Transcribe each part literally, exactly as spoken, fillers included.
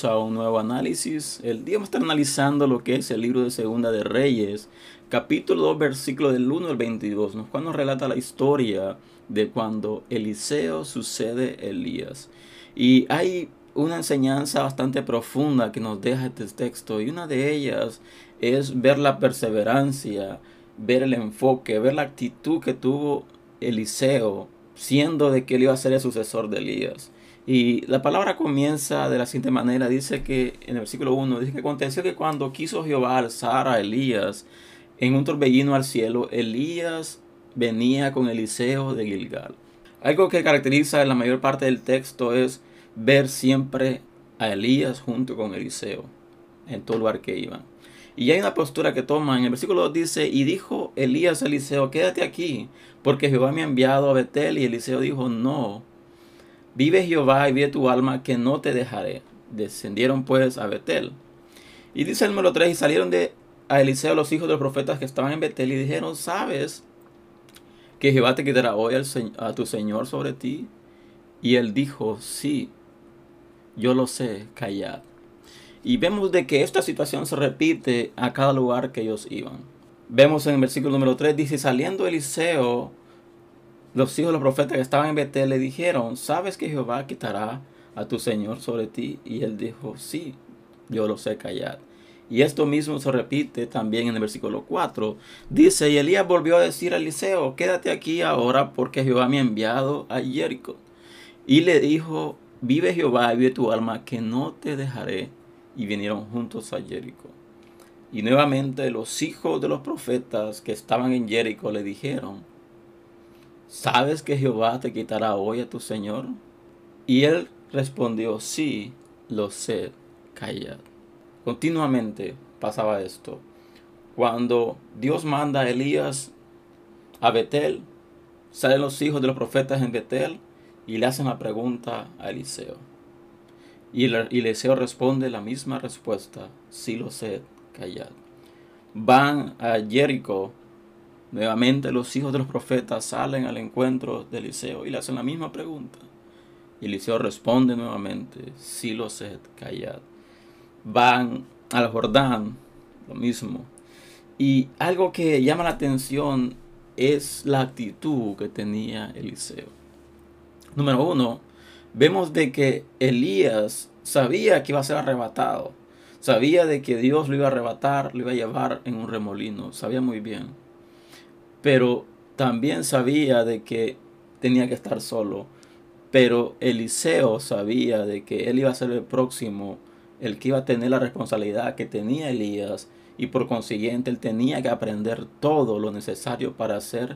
bienvenidos a un nuevo análisis. El día vamos a estar analizando lo que es el libro de Segunda de Reyes, capítulo dos, versículo del uno al veintidós, ¿no? Cuando nos relata la historia de cuando Eliseo sucede a Elías. Y hay una enseñanza bastante profunda que nos deja este texto, y una de ellas es ver la perseverancia, ver el enfoque, ver la actitud que tuvo Eliseo, siendo de que él iba a ser el sucesor de Elías. Y la palabra comienza de la siguiente manera. Dice que en el versículo uno, dice que aconteció que cuando quiso Jehová alzar a Elías en un torbellino al cielo, Elías venía con Eliseo de Gilgal. Algo que caracteriza en la mayor parte del texto es ver siempre a Elías junto con Eliseo en todo lugar que iban. Y hay una postura que toman. En el versículo dos dice: y dijo Elías a Eliseo, quédate aquí, porque Jehová me ha enviado a Betel. Y Eliseo dijo: no, vive Jehová y vive tu alma, que no te dejaré. Descendieron pues a Betel. Y dice el número tres, y salieron de a Eliseo los hijos de los profetas que estaban en Betel, y dijeron: ¿sabes que Jehová te quitará hoy al, a tu señor sobre ti? Y él dijo: sí, yo lo sé, callad. Y vemos de que esta situación se repite a cada lugar que ellos iban. Vemos en el versículo número tres, dice: saliendo Eliseo, los hijos de los profetas que estaban en Betel le dijeron: ¿sabes que Jehová quitará a tu señor sobre ti? Y él dijo: sí, yo lo sé, callad. Y esto mismo se repite también en el versículo cuatro. Dice: y Elías volvió a decir a Eliseo: quédate aquí ahora, porque Jehová me ha enviado a Jericó. Y le dijo: vive Jehová y vive tu alma, que no te dejaré. Y vinieron juntos a Jericó. Y nuevamente los hijos de los profetas que estaban en Jericó le dijeron: ¿sabes que Jehová te quitará hoy a tu señor? Y él respondió: sí, lo sé, callad. Continuamente pasaba esto. Cuando Dios manda a Elías a Betel, salen los hijos de los profetas en Betel y le hacen la pregunta a Eliseo. Y Eliseo responde la misma respuesta: sí lo sé, callad. Van a Jericó. Nuevamente los hijos de los profetas salen al encuentro de Eliseo y le hacen la misma pregunta. Y Eliseo responde nuevamente: sí lo sé, callad. Van al Jordán, lo mismo. Y algo que llama la atención es la actitud que tenía Eliseo. Número uno, vemos de que Elías sabía que iba a ser arrebatado. Sabía de que Dios lo iba a arrebatar, lo iba a llevar en un remolino. Sabía muy bien. Pero también sabía de que tenía que estar solo. Pero Eliseo sabía de que él iba a ser el próximo, el que iba a tener la responsabilidad que tenía Elías. Y por consiguiente él tenía que aprender todo lo necesario para ser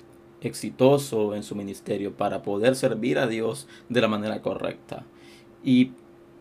exitoso en su ministerio, para poder servir a Dios de la manera correcta. Y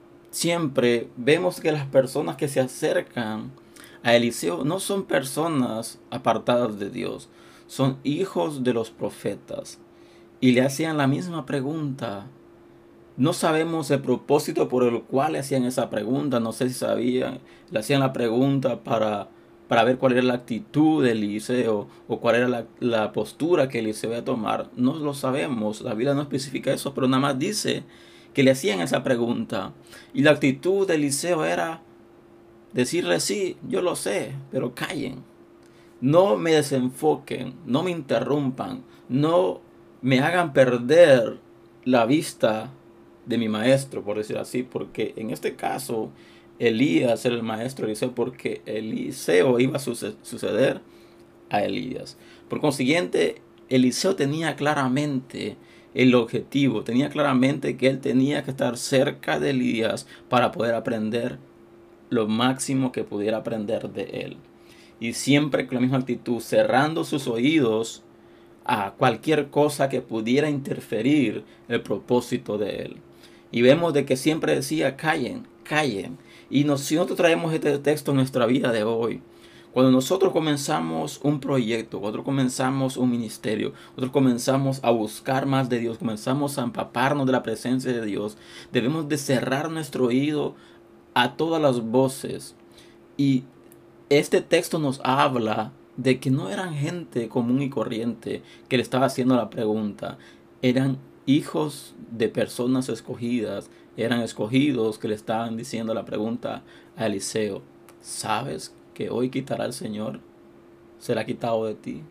siempre vemos que las personas que se acercan a Eliseo no son personas apartadas de Dios, son hijos de los profetas. Y le hacían la misma pregunta. No sabemos el propósito por el cual le hacían esa pregunta. No sé si sabían. Le hacían la pregunta para, para ver cuál era la actitud de Eliseo o cuál era la, la postura que Eliseo iba a tomar. No lo sabemos. La Biblia no especifica eso, pero nada más dice que le hacían esa pregunta. Y la actitud de Eliseo era decirle: sí, yo lo sé, pero callen. No me desenfoquen, no me interrumpan, no me hagan perder la vista de mi maestro, por decir así, porque en este caso Elías era el maestro de Eliseo, porque Eliseo iba a suceder a Elías. Por consiguiente, Eliseo tenía claramente el objetivo, tenía claramente que él tenía que estar cerca de Elías para poder aprender lo máximo que pudiera aprender de él. Y siempre con la misma actitud, cerrando sus oídos a cualquier cosa que pudiera interferir el propósito de él. Y vemos de que siempre decía: callen, callen. Y nos, si nosotros traemos este texto en nuestra vida de hoy, cuando nosotros comenzamos un proyecto, cuando comenzamos un ministerio, nosotros comenzamos a buscar más de Dios, comenzamos a empaparnos de la presencia de Dios, debemos de cerrar nuestro oído a todas las voces. Y este texto nos habla de que no eran gente común y corriente que le estaba haciendo la pregunta. Eran hijos de personas escogidas eran escogidos que le estaban diciendo la pregunta a Eliseo: ¿sabes que hoy quitará el Señor? Se la ha quitado de ti.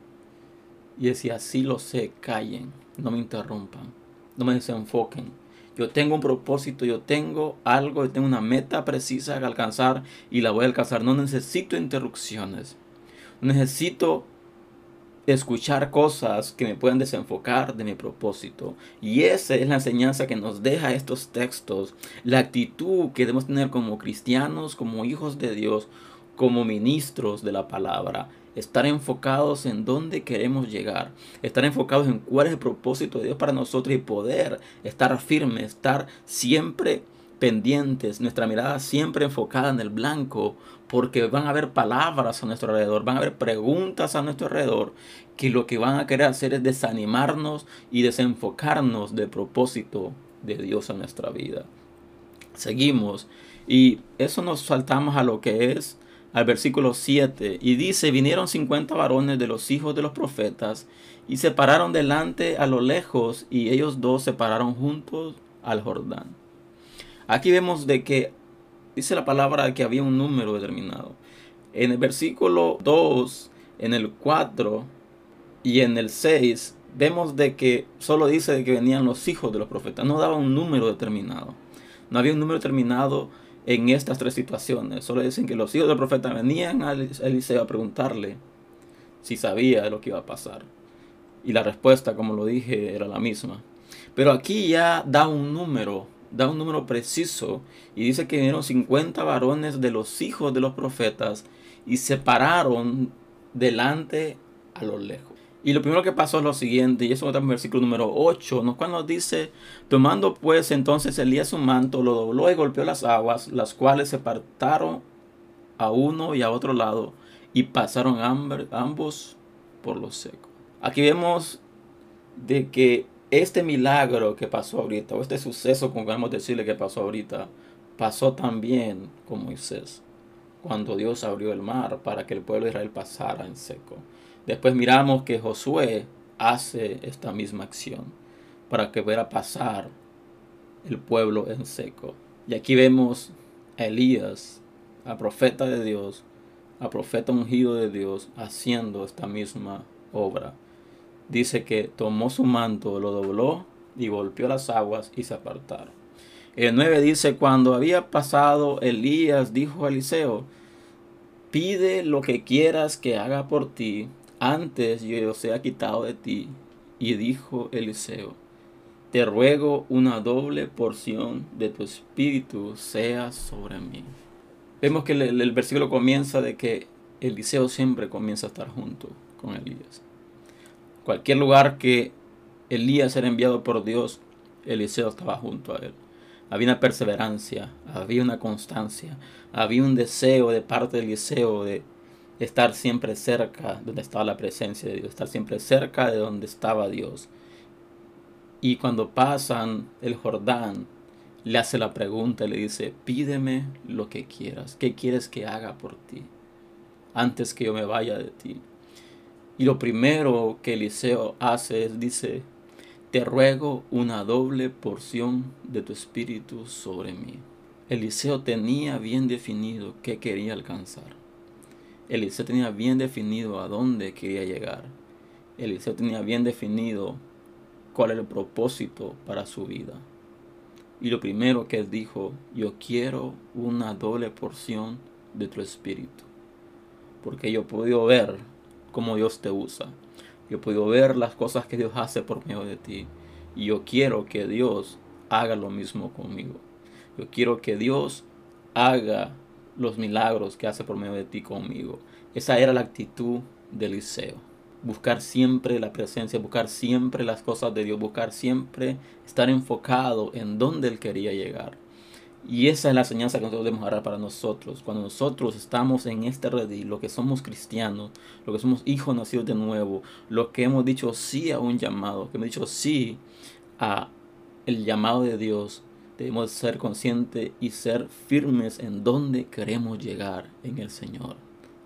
Y decía: sí lo sé, callen, no me interrumpan, no me desenfoquen. Yo tengo un propósito, yo tengo algo, yo tengo una meta precisa que alcanzar y la voy a alcanzar. No necesito interrupciones. Necesito escuchar cosas que me puedan desenfocar de mi propósito. Y esa es la enseñanza que nos deja estos textos. La actitud que debemos tener como cristianos, como hijos de Dios, como ministros de la palabra. Estar enfocados en dónde queremos llegar. Estar enfocados en cuál es el propósito de Dios para nosotros y poder estar firmes, estar siempre pendientes, nuestra mirada siempre enfocada en el blanco, porque van a haber palabras a nuestro alrededor, van a haber preguntas a nuestro alrededor, que lo que van a querer hacer es desanimarnos y desenfocarnos del propósito de Dios en nuestra vida. Seguimos, y eso nos saltamos a lo que es al versículo siete, y dice: vinieron cincuenta varones de los hijos de los profetas, y se pararon delante a lo lejos, y ellos dos se pararon juntos al Jordán. Aquí vemos de que dice la palabra que había un número determinado. En el versículo dos, en el cuatro y en el seis, vemos de que solo dice de que venían los hijos de los profetas. No daba un número determinado. No había un número determinado en estas tres situaciones. Solo dicen que los hijos del profeta venían a Eliseo a preguntarle si sabía de lo que iba a pasar. Y la respuesta, como lo dije, era la misma. Pero aquí ya da un número, da un número preciso. Y dice que vinieron cincuenta varones de los hijos de los profetas y se pararon delante a lo lejos. Y lo primero que pasó es lo siguiente, y eso está en el versículo número ocho, ¿no? Cuando dice: tomando pues entonces Elías su manto, lo dobló y golpeó las aguas, las cuales se apartaron a uno y a otro lado, y pasaron ambos por lo seco. Aquí vemos de que este milagro que pasó ahorita, o este suceso, como podemos decirle que pasó ahorita, pasó también con Moisés, cuando Dios abrió el mar para que el pueblo de Israel pasara en seco. Después miramos que Josué hace esta misma acción para que pueda pasar el pueblo en seco. Y aquí vemos a Elías, a profeta de Dios, a profeta ungido de Dios, haciendo esta misma obra. Dice que tomó su manto, lo dobló y golpeó las aguas y se apartaron. El nueve dice: cuando había pasado Elías, dijo a Eliseo: pide lo que quieras que haga por ti, antes yo sea quitado de ti. Y dijo Eliseo: te ruego una doble porción de tu espíritu sea sobre mí. Vemos que el, el versículo comienza de que Eliseo siempre comienza a estar junto con Elías. Cualquier lugar que Elías era enviado por Dios, Eliseo estaba junto a él. Había una perseverancia, había una constancia, había un deseo de parte de Eliseo de estar siempre cerca de donde estaba la presencia de Dios, estar siempre cerca de donde estaba Dios. Y cuando pasan el Jordán, le hace la pregunta y le dice: pídeme lo que quieras, ¿qué quieres que haga por ti antes que yo me vaya de ti? Y lo primero que Eliseo hace es, dice: te ruego una doble porción de tu espíritu sobre mí. Eliseo tenía bien definido qué quería alcanzar. Eliseo tenía bien definido a dónde quería llegar. Eliseo tenía bien definido cuál era el propósito para su vida. Y lo primero que él dijo: yo quiero una doble porción de tu espíritu. Porque yo he podido ver cómo Dios te usa. Yo he podido ver las cosas que Dios hace por medio de ti. Y yo quiero que Dios haga lo mismo conmigo. Yo quiero que Dios haga los milagros que hace por medio de ti conmigo. Esa era la actitud de Eliseo. Buscar siempre la presencia, buscar siempre las cosas de Dios, buscar siempre estar enfocado en donde él quería llegar. Y esa es la enseñanza que nosotros debemos agarrar para nosotros. Cuando nosotros estamos en este redil, lo que somos cristianos, lo que somos hijos nacidos de nuevo, lo que hemos dicho sí a un llamado, que hemos dicho sí a el llamado de Dios, debemos ser conscientes y ser firmes en donde queremos llegar en el Señor.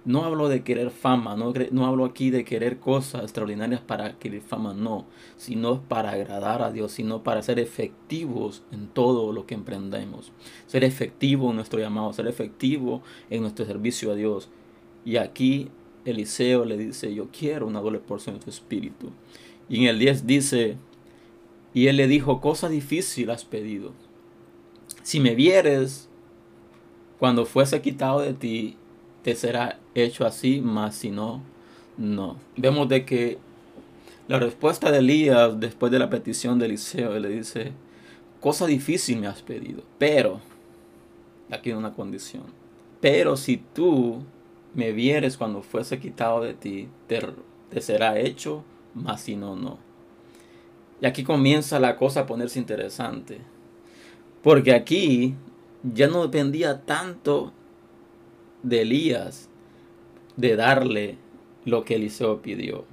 No hablo de querer fama, no, no hablo aquí de querer cosas extraordinarias para adquirir fama, no, sino para agradar a Dios, sino para ser efectivos en todo lo que emprendemos, ser efectivo en nuestro llamado, ser efectivo en nuestro servicio a Dios. Y aquí Eliseo le dice, yo quiero una doble porción de tu espíritu. Y en el diez dice, y él le dijo, cosa difícil has pedido. Si me vieres cuando fuese quitado de ti, te será hecho así, mas si no, no. Vemos de que la respuesta de Elías después de la petición de Eliseo, él le dice, cosa difícil me has pedido, pero, aquí hay una condición, pero si tú me vieres cuando fuese quitado de ti, te, te será hecho, mas si no, no. Y aquí comienza la cosa a ponerse interesante, porque aquí ya no dependía tanto de Elías de darle lo que Eliseo pidió,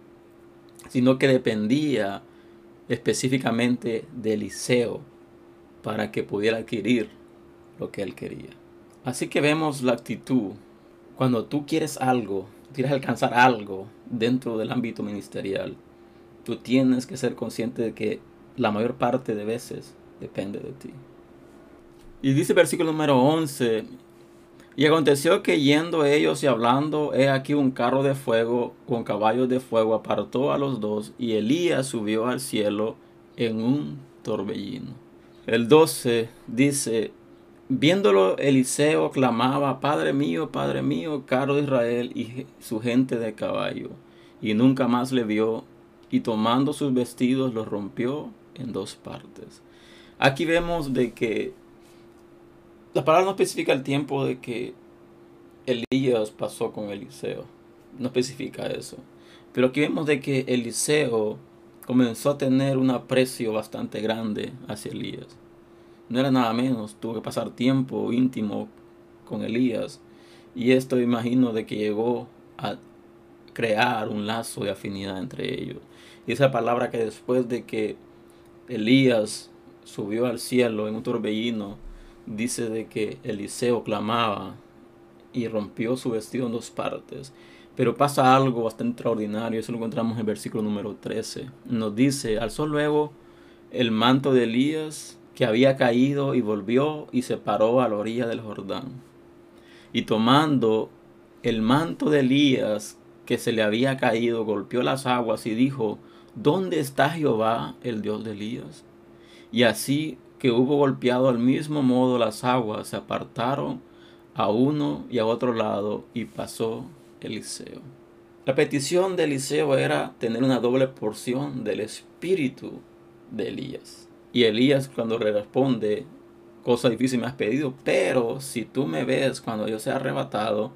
sino que dependía específicamente de Eliseo para que pudiera adquirir lo que él quería. Así que vemos la actitud. Cuando tú quieres algo, quieres alcanzar algo dentro del ámbito ministerial, tú tienes que ser consciente de que la mayor parte de veces depende de ti. Y dice el versículo número once, y aconteció que yendo ellos y hablando, he aquí un carro de fuego con caballos de fuego apartó a los dos, y Elías subió al cielo en un torbellino. El doce dice, viéndolo Eliseo clamaba, Padre mío, Padre mío, carro de Israel y su gente de caballo. Y nunca más le vio, y tomando sus vestidos los rompió en dos partes. Aquí vemos de que la palabra no especifica el tiempo de que Elías pasó con Eliseo. No especifica eso. Pero aquí vemos de que Eliseo comenzó a tener un aprecio bastante grande hacia Elías. No era nada menos, tuvo que pasar tiempo íntimo con Elías. Y esto imagino de que llegó a crear un lazo de afinidad entre ellos. Y esa palabra que después de que Elías subió al cielo en un torbellino, dice de que Eliseo clamaba y rompió su vestido en dos partes. Pero pasa algo bastante extraordinario, eso lo encontramos en el versículo número trece. Nos dice, alzó luego el manto de Elías que había caído y volvió y se paró a la orilla del Jordán. Y tomando el manto de Elías que se le había caído, golpeó las aguas y dijo, ¿dónde está Jehová, el Dios de Elías? Y así que hubo golpeado al mismo modo las aguas, se apartaron a uno y a otro lado, y pasó Eliseo. La petición de Eliseo era tener una doble porción del espíritu de Elías. Y Elías cuando le responde, cosa difícil me has pedido, pero si tú me ves cuando yo sea arrebatado,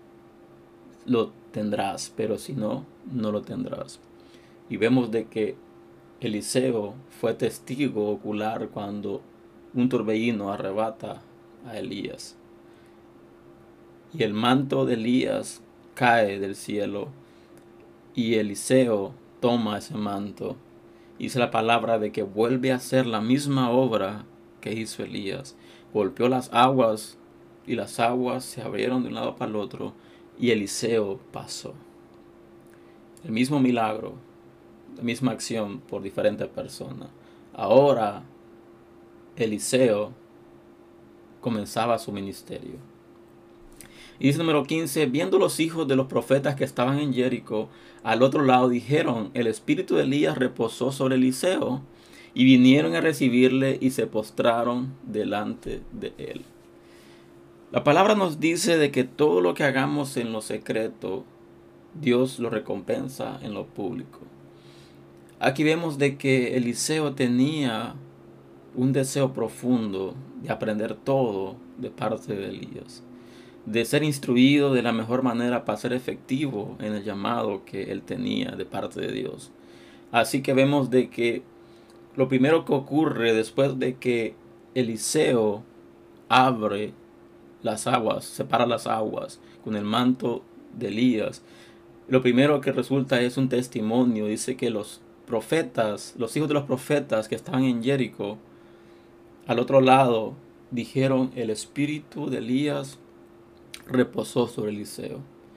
lo tendrás, pero si no, no lo tendrás. Y vemos de que Eliseo fue testigo ocular cuando un torbellino arrebata a Elías. Y el manto de Elías cae del cielo y Eliseo toma ese manto. Dice la palabra de que vuelve a hacer la misma obra que hizo Elías. Golpeó las aguas y las aguas se abrieron de un lado para el otro y Eliseo pasó. El mismo milagro, la misma acción por diferentes personas. Ahora Eliseo comenzaba su ministerio. Y dice número quince, viendo los hijos de los profetas que estaban en Jericó, al otro lado dijeron, el espíritu de Elías reposó sobre Eliseo, y vinieron a recibirle y se postraron delante de él. La palabra nos dice de que todo lo que hagamos en lo secreto, Dios lo recompensa en lo público. Aquí vemos de que Eliseo tenía un deseo profundo de aprender todo de parte de Elías, de ser instruido de la mejor manera para ser efectivo en el llamado que él tenía de parte de Dios. Así que vemos de que lo primero que ocurre después de que Eliseo abre las aguas, separa las aguas con el manto de Elías, lo primero que resulta es un testimonio. Dice que los profetas, los hijos de los profetas que estaban en Jericó, al otro lado, dijeron, el espíritu de Elías reposó sobre Eliseo.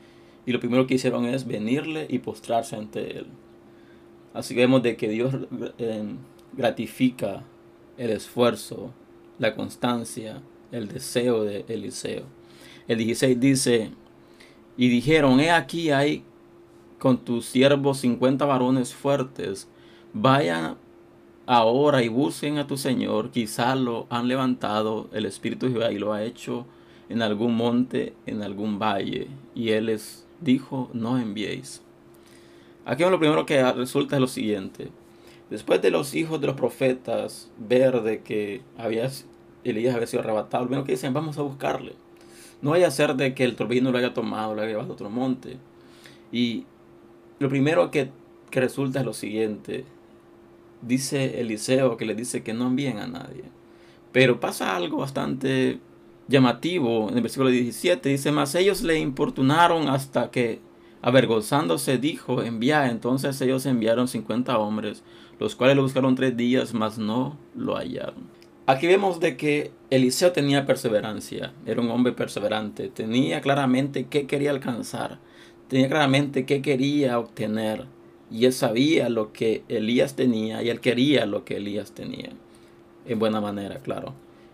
y lo primero que hicieron es venirle y postrarse ante él. Así que vemos de que Dios eh, gratifica el esfuerzo, la constancia, el deseo de Eliseo. El dieciséis dice, y dijeron, he aquí hay con tus siervos cincuenta varones fuertes, vayan ahora y busquen a tu Señor, quizá lo han levantado el Espíritu de Jehová y lo ha hecho en algún monte, en algún valle. Y él les dijo, no enviéis. Aquí lo primero que resulta es lo siguiente. Después de los hijos de los profetas ver de que había, Elías había sido arrebatado, lo primero que dicen, vamos a buscarle. No vaya a ser de que el torbellino lo haya tomado, lo haya llevado a otro monte. Y lo primero que, que resulta es lo siguiente. Dice Eliseo que le dice que no envíen a nadie. Pero pasa algo bastante llamativo en el versículo diecisiete. Dice, mas ellos le importunaron hasta que, avergonzándose, dijo, envía. Entonces ellos enviaron cincuenta hombres, los cuales lo buscaron tres días, mas no lo hallaron. Aquí vemos de que Eliseo tenía perseverancia, era un hombre perseverante, tenía claramente qué quería alcanzar, tenía claramente qué quería obtener, y él sabía lo que Elías tenía, y él quería lo que Elías tenía, en buena manera, claro.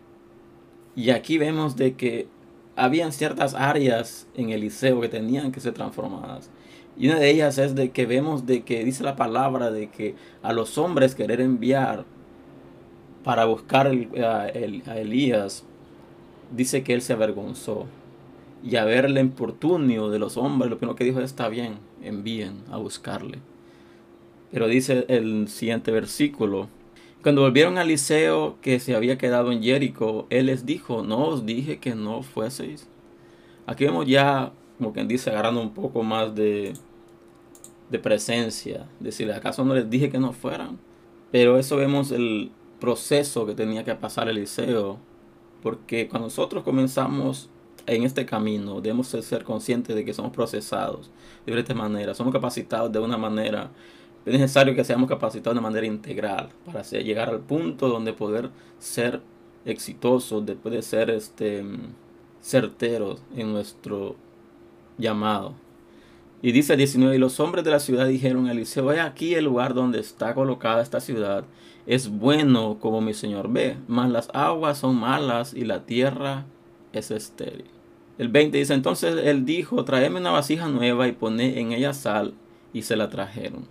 Y aquí vemos de que habían ciertas áreas en Eliseo que tenían que ser transformadas. Y una de ellas es de que vemos de que dice la palabra de que a los hombres querer enviar para buscar el, a, el, a Elías, dice que él se avergonzó. Y a ver el importunio de los hombres, lo primero que dijo, está bien, envíen a buscarle. Pero dice el siguiente versículo, cuando volvieron a Eliseo, que se había quedado en Jericó, él les dijo, ¿no os dije que no fueseis? Aquí vemos ya, como quien dice, agarrando un poco más de, de presencia. Decirle, ¿acaso no les dije que no fueran? Pero eso vemos el proceso que tenía que pasar Eliseo, porque cuando nosotros comenzamos en este camino debemos ser conscientes de que somos procesados de diferentes maneras, somos capacitados de una manera, es necesario que seamos capacitados de manera integral para hacer, llegar al punto donde poder ser exitosos, después de ser este, certeros en nuestro llamado. Y dice diecinueve, y los hombres de la ciudad dijeron a Eliseo, he aquí el lugar donde está colocada esta ciudad, es bueno como mi señor ve, mas las aguas son malas y la tierra es estéril. El veinte dice, entonces él dijo, tráeme una vasija nueva y poné en ella sal, y se la trajeron.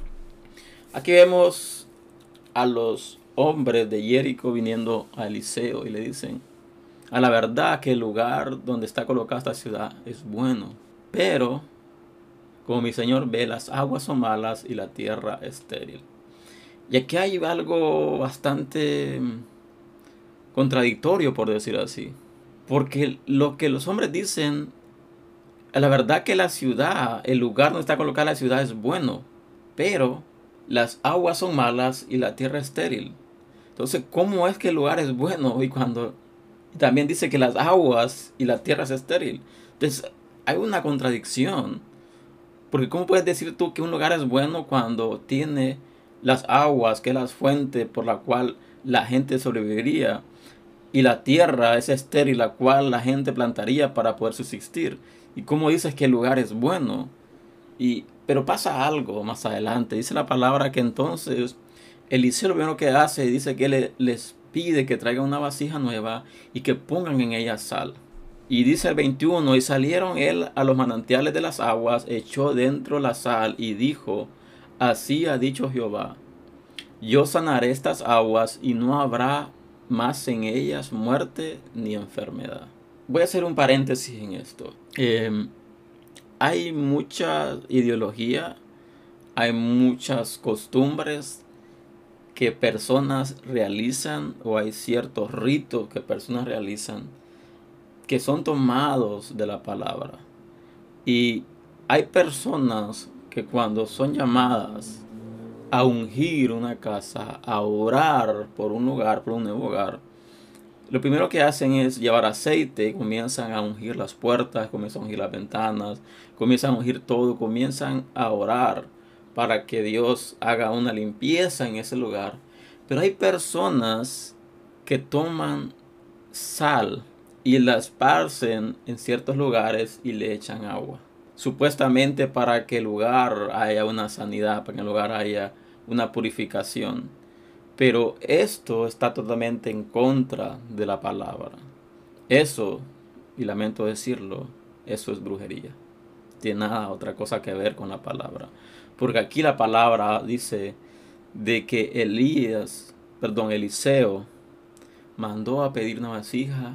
Aquí vemos a los hombres de Jericó viniendo a Eliseo y le dicen, a la verdad que el lugar donde está colocada esta ciudad es bueno, pero como mi señor ve, las aguas son malas y la tierra estéril. Y aquí hay algo bastante contradictorio, por decir así. Porque lo que los hombres dicen, la verdad que la ciudad, el lugar donde está colocada la ciudad es bueno, pero las aguas son malas y la tierra estéril. Entonces, ¿cómo es que el lugar es bueno y cuando también dice que las aguas y la tierra es estéril? Entonces, hay una contradicción. Porque ¿cómo puedes decir tú que un lugar es bueno cuando tiene las aguas, que es la fuente por la cual la gente sobreviviría, y la tierra es estéril, la cual la gente plantaría para poder subsistir? ¿Y cómo dices que el lugar es bueno? Y, pero pasa algo más adelante. Dice la palabra que entonces Eliseo lo primero que hace, dice que le, les pide que traigan una vasija nueva y que pongan en ella sal. Y dice el veintiuno, y salieron él a los manantiales de las aguas, echó dentro la sal y dijo, así ha dicho Jehová, yo sanaré estas aguas y no habrá más en ellas muerte ni enfermedad. Voy a hacer un paréntesis en esto. Eh, hay mucha ideología, hay muchas costumbres que personas realizan, o hay ciertos ritos que personas realizan que son tomados de la palabra. Y hay personas que cuando son llamadas a ungir una casa, a orar por un lugar, por un nuevo hogar, lo primero que hacen es llevar aceite, comienzan a ungir las puertas, comienzan a ungir las ventanas, comienzan a ungir todo, comienzan a orar para que Dios haga una limpieza en ese lugar. Pero hay personas que toman sal y la esparcen en ciertos lugares y le echan agua. supuestamente para que el lugar haya una sanidad, para que el lugar haya una purificación. Pero esto está totalmente en contra de la palabra. Eso, y lamento decirlo, eso es brujería. Tiene nada otra cosa que ver con la palabra. Porque aquí la palabra dice de que Elías, perdón, Eliseo mandó a pedir una vasija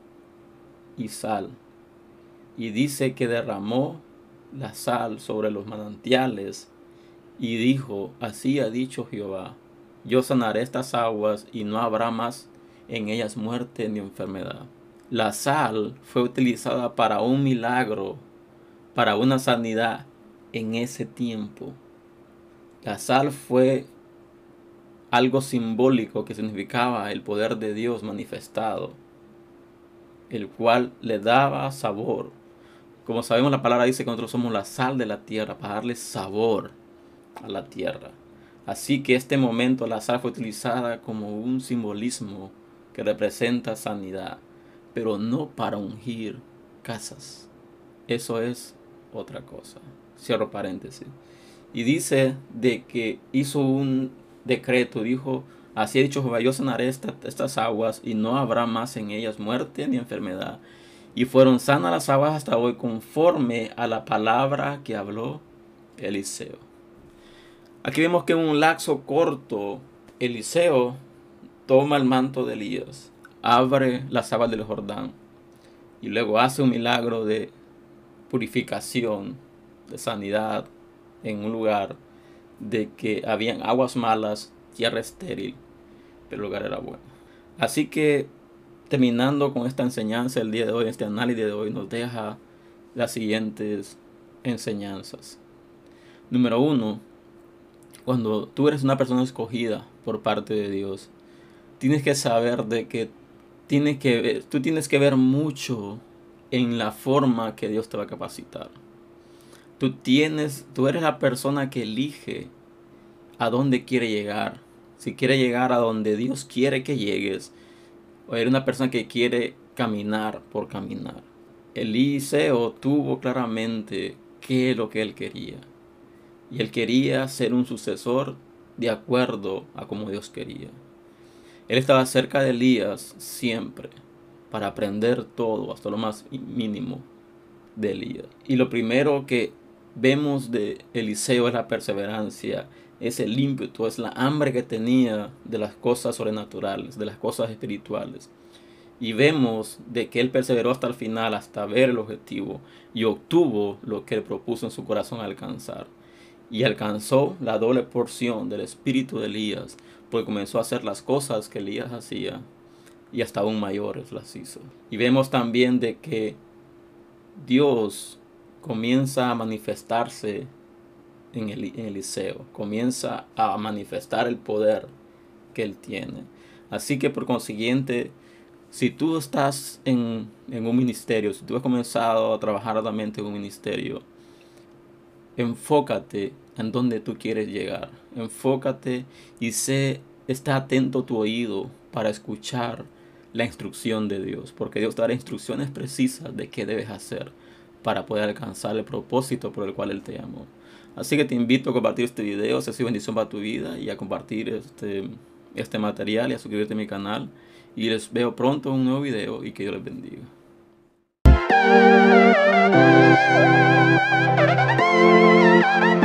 y sal. Y dice que derramó la sal sobre los manantiales y dijo, así ha dicho Jehová, yo sanaré estas aguas y no habrá más en ellas muerte ni enfermedad. La sal fue utilizada para un milagro, para una sanidad en ese tiempo. La sal fue algo simbólico que significaba el poder de Dios manifestado, el cual le daba sabor. Como sabemos, la palabra dice que nosotros somos la sal de la tierra, para darle sabor a la tierra. Así que este momento la sal fue utilizada como un simbolismo que representa sanidad, pero no para ungir casas. Eso es otra cosa. Cierro paréntesis. Y dice de que hizo un decreto, dijo, así ha dicho Jehová, yo sanaré esta, estas aguas y no habrá más en ellas muerte ni enfermedad. Y fueron sanas las aguas hasta hoy conforme a la palabra que habló Eliseo. Aquí vemos que en un lapso corto, Eliseo toma el manto de Elías, abre las aguas del Jordán y luego hace un milagro de purificación, de sanidad en un lugar de que habían aguas malas, tierra estéril, pero el lugar era bueno. Así que terminando con esta enseñanza el día de hoy, este análisis de hoy nos deja las siguientes enseñanzas. Número uno, cuando tú eres una persona escogida por parte de Dios, tienes que saber de que, tienes que ver, tú tienes que ver mucho en la forma que Dios te va a capacitar. Tú tienes, tú eres la persona que elige a dónde quiere llegar. Si quiere llegar a donde Dios quiere que llegues, o eres una persona que quiere caminar por caminar. Eliseo tuvo claramente qué es lo que él quería. Y él quería ser un sucesor de acuerdo a como Dios quería. Él estaba cerca de Elías siempre para aprender todo, hasta lo más mínimo de Elías. Y lo primero que vemos de Eliseo es la perseverancia, es el ímpetu, es la hambre que tenía de las cosas sobrenaturales, de las cosas espirituales. Y vemos de que él perseveró hasta el final, hasta ver el objetivo, y obtuvo lo que él propuso en su corazón alcanzar. Y alcanzó la doble porción del espíritu de Elías, porque comenzó a hacer las cosas que Elías hacía, y hasta aún mayores las hizo. Y vemos también de que Dios comienza a manifestarse en, el, en Eliseo, comienza a manifestar el poder que él tiene. Así que por consiguiente, si tú estás en, en un ministerio, si tú has comenzado a trabajar arduamente en un ministerio, enfócate en donde tú quieres llegar. Enfócate y sé, está atento tu oído para escuchar la instrucción de Dios, porque Dios te dará instrucciones precisas de qué debes hacer para poder alcanzar el propósito por el cual Él te llamó. Así que te invito a compartir este video, si ha sido bendición para tu vida, y a compartir este, este material y a suscribirte a mi canal. Y les veo pronto en un nuevo video y que Dios les bendiga. Thank you.